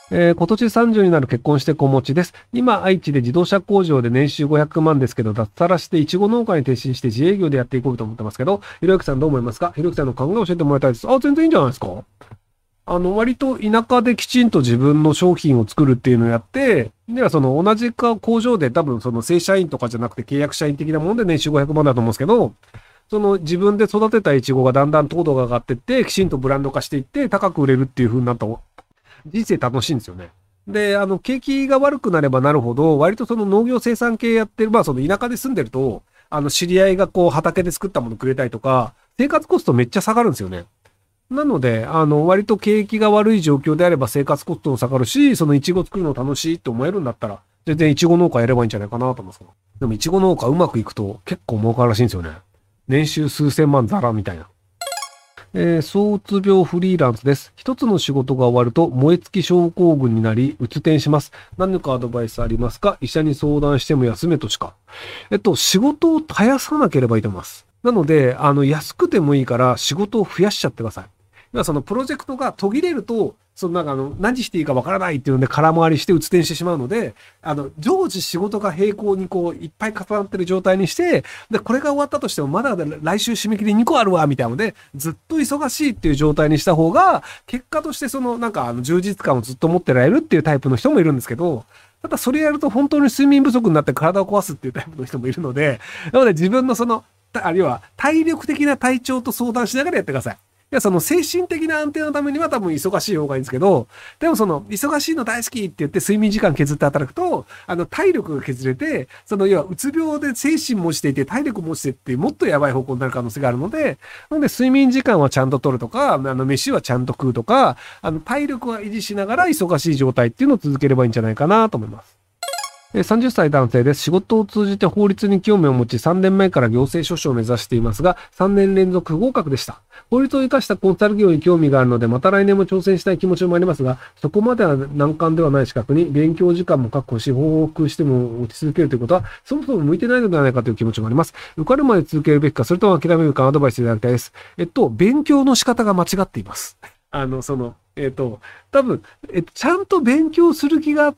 今年30になる結婚して子持ちです。今、愛知で自動車工場で年収500万ですけど、脱サラしてイチゴ農家に転身して自営業でやっていこうと思ってますけど、ひろゆきさんどう思いますか？ひろゆきさんの考えを教えてもらいたいです。あ、全然いいんじゃないですか？割と田舎できちんと自分の商品を作るっていうのをやって、ではその同じ工場で多分その正社員とかじゃなくて契約社員的なもので年収500万だと思うんですけど、その自分で育てたイチゴがだんだん糖度が上がってって、きちんとブランド化していって高く売れるっていう風になった人生楽しいんですよね。で、景気が悪くなればなるほど、割とその農業生産系やってる、まあその田舎で住んでると、知り合いがこう畑で作ったものくれたりとか、生活コストめっちゃ下がるんですよね。なので、割と景気が悪い状況であれば生活コストも下がるし、そのイチゴ作るの楽しいって思えるんだったら、全然イチゴ農家やればいいんじゃないかなと思います。でもイチゴ農家うまくいくと結構儲かるらしいんですよね。年収数千万ザラみたいな。躁うつ病フリーランスです。一つの仕事が終わると燃え尽き症候群になり、うつ転します。何かアドバイスありますか？医者に相談しても休めとしか。仕事を絶やさなければいいと思います。なので、安くてもいいから仕事を増やしちゃってください。要はそのプロジェクトが途切れると、そのなんか何していいかわからないっていうので空回りしてうつ転してしまうので、常時仕事が並行にこういっぱい重なってる状態にして、で、これが終わったとしてもまだ来週締め切り2個あるわ、みたいなので、ずっと忙しいっていう状態にした方が、結果としてそのなんか充実感をずっと持ってられるっていうタイプの人もいるんですけど、ただそれやると本当に睡眠不足になって体を壊すっていうタイプの人もいるので、なので自分のその、あるいは体力的な体調と相談しながらやってください。いや、その精神的な安定のためには多分忙しい方がいいんですけど、でもその忙しいの大好きって言って睡眠時間削って働くと、体力が削れて、その要はうつ病で精神も落ちていて体力も落ちてってもっとやばい方向になる可能性があるので、なので睡眠時間はちゃんと取るとか、飯はちゃんと食うとか、体力は維持しながら忙しい状態っていうのを続ければいいんじゃないかなと思います。30歳男性です。仕事を通じて法律に興味を持ち、3年前から行政書士を目指していますが、3年連続不合格でした。法律を生かしたコンサル業に興味があるので、また来年も挑戦したい気持ちもありますが、そこまでは難関ではない資格に、勉強時間も確保し、報告しても落ち続けるということは、そもそも向いてないのではないかという気持ちもあります。受かるまで続けるべきか、それとも諦めるかアドバイスいただきたいです。勉強の仕方が間違っています。多分、ちゃんと勉強する気があって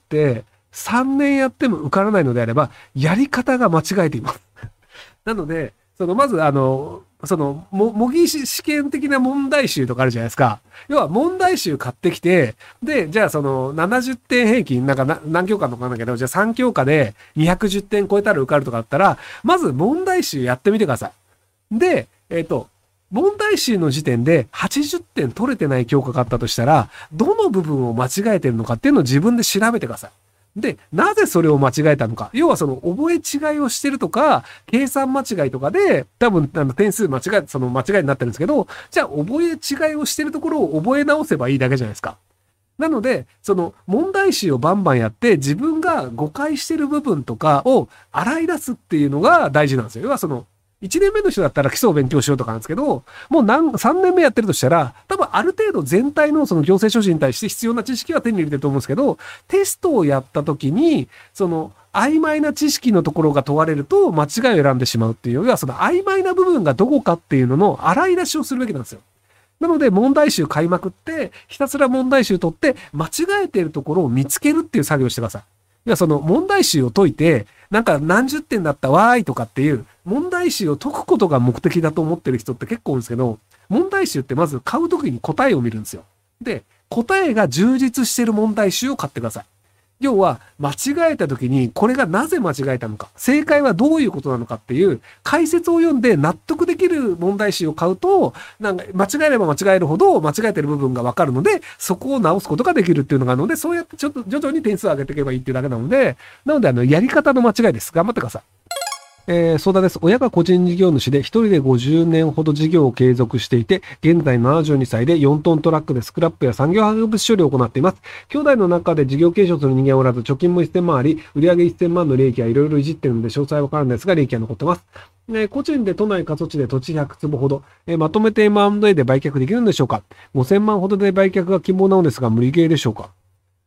、3年やっても受からないのであれば、やり方が間違えています。なので、まず模擬試験的な問題集とかあるじゃないですか。要は問題集買ってきて、で、じゃあ70点平均、何教科のかなんだけど、じゃあ3教科で210点超えたら受かるとかだったら、まず問題集やってみてください。で、問題集の時点で80点取れてない教科があったとしたら、どの部分を間違えてるのかっていうのを自分で調べてください。で、なぜそれを間違えたのか。要は覚え違いをしてるとか、計算間違いとかで、多分、点数間違いになってるんですけど、じゃあ、覚え違いをしてるところを覚え直せばいいだけじゃないですか。なので、問題集をバンバンやって、自分が誤解してる部分とかを洗い出すっていうのが大事なんですよ。要は1年目の人だったら基礎を勉強しようとかなんですけど、もう3年目やってるとしたら、多分ある程度全体の行政書士に対して必要な知識は手に入れてると思うんですけど、テストをやった時に、曖昧な知識のところが問われると間違いを選んでしまうっていう、要は曖昧な部分がどこかっていうのの洗い出しをするべきなんですよ。なので問題集買いまくって、ひたすら問題集取って間違えているところを見つけるっていう作業をしてください。いや、問題集を解いて、何十点だったわーいとかっていう、問題集を解くことが目的だと思ってる人って結構多いんですけど、問題集ってまず買うときに答えを見るんですよ。で、答えが充実してる問題集を買ってください。要は、間違えたときに、これがなぜ間違えたのか、正解はどういうことなのかっていう、解説を読んで納得できる問題集を買うと、間違えれば間違えるほど間違えてる部分がわかるので、そこを直すことができるっていうのがあるので、そうやってちょっと徐々に点数を上げていけばいいっていうだけなので、やり方の間違いです。頑張ってください。相談です。親が個人事業主で一人で50年ほど事業を継続していて、現在72歳で4トントラックでスクラップや産業廃物処理を行っています。兄弟の中で事業継承する人間はおらず、貯金も1000万あり、売上1000万の利益はいろいろいじってるので詳細はわからないですが、利益は残ってます。個人で都内過疎地で土地100坪ほど、まとめて M&A で売却できるんでしょうか？ 5000 万ほどで売却が希望なのですが、無理ゲーでしょうか？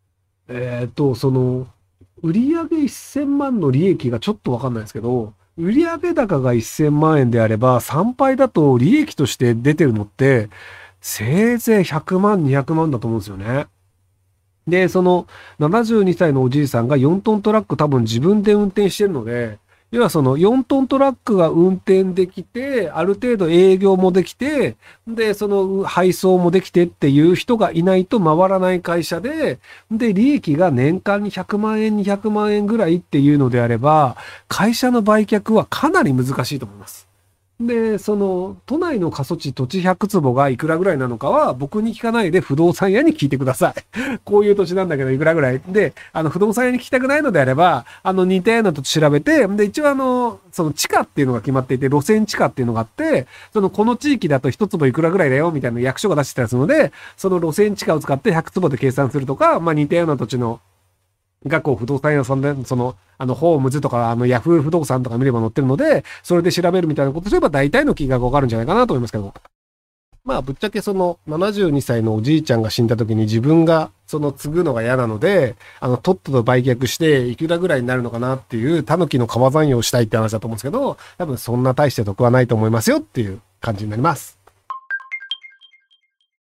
売上1000万の利益がちょっとわかんないですけど、売上高が1000万円であれば、参拝だと利益として出てるのって、せいぜい100万、200万だと思うんですよね。 で、その72歳のおじいさんが4トントラック多分自分で運転してるので、要はその4トントラックが運転できて、ある程度営業もできて、で、その配送もできてっていう人がいないと回らない会社で、で、利益が年間に100万円、200万円ぐらいっていうのであれば、会社の売却はかなり難しいと思います。で、その、都内の過疎地土地100坪がいくらぐらいなのかは、僕に聞かないで不動産屋に聞いてください。こういう土地なんだけど、いくらぐらいで、不動産屋に聞きたくないのであれば、似たような土地調べて、で、一応その地価っていうのが決まっていて、路線地価っていうのがあって、この地域だと1坪いくらぐらいだよ、みたいな役所が出してたりするので、その路線地価を使って100坪で計算するとか、まあ似たような土地のがこう不動産屋さんで、ホームズとか、ヤフー不動産とか見れば載ってるので、それで調べるみたいなことすれば大体の金額がわかるんじゃないかなと思いますけど。まあ、ぶっちゃけその72歳のおじいちゃんが死んだ時に自分が継ぐのが嫌なので、とっとと売却していくらぐらいになるのかなっていう、狸の川残用をしたいって話だと思うんですけど、多分そんな大して得はないと思いますよっていう感じになります。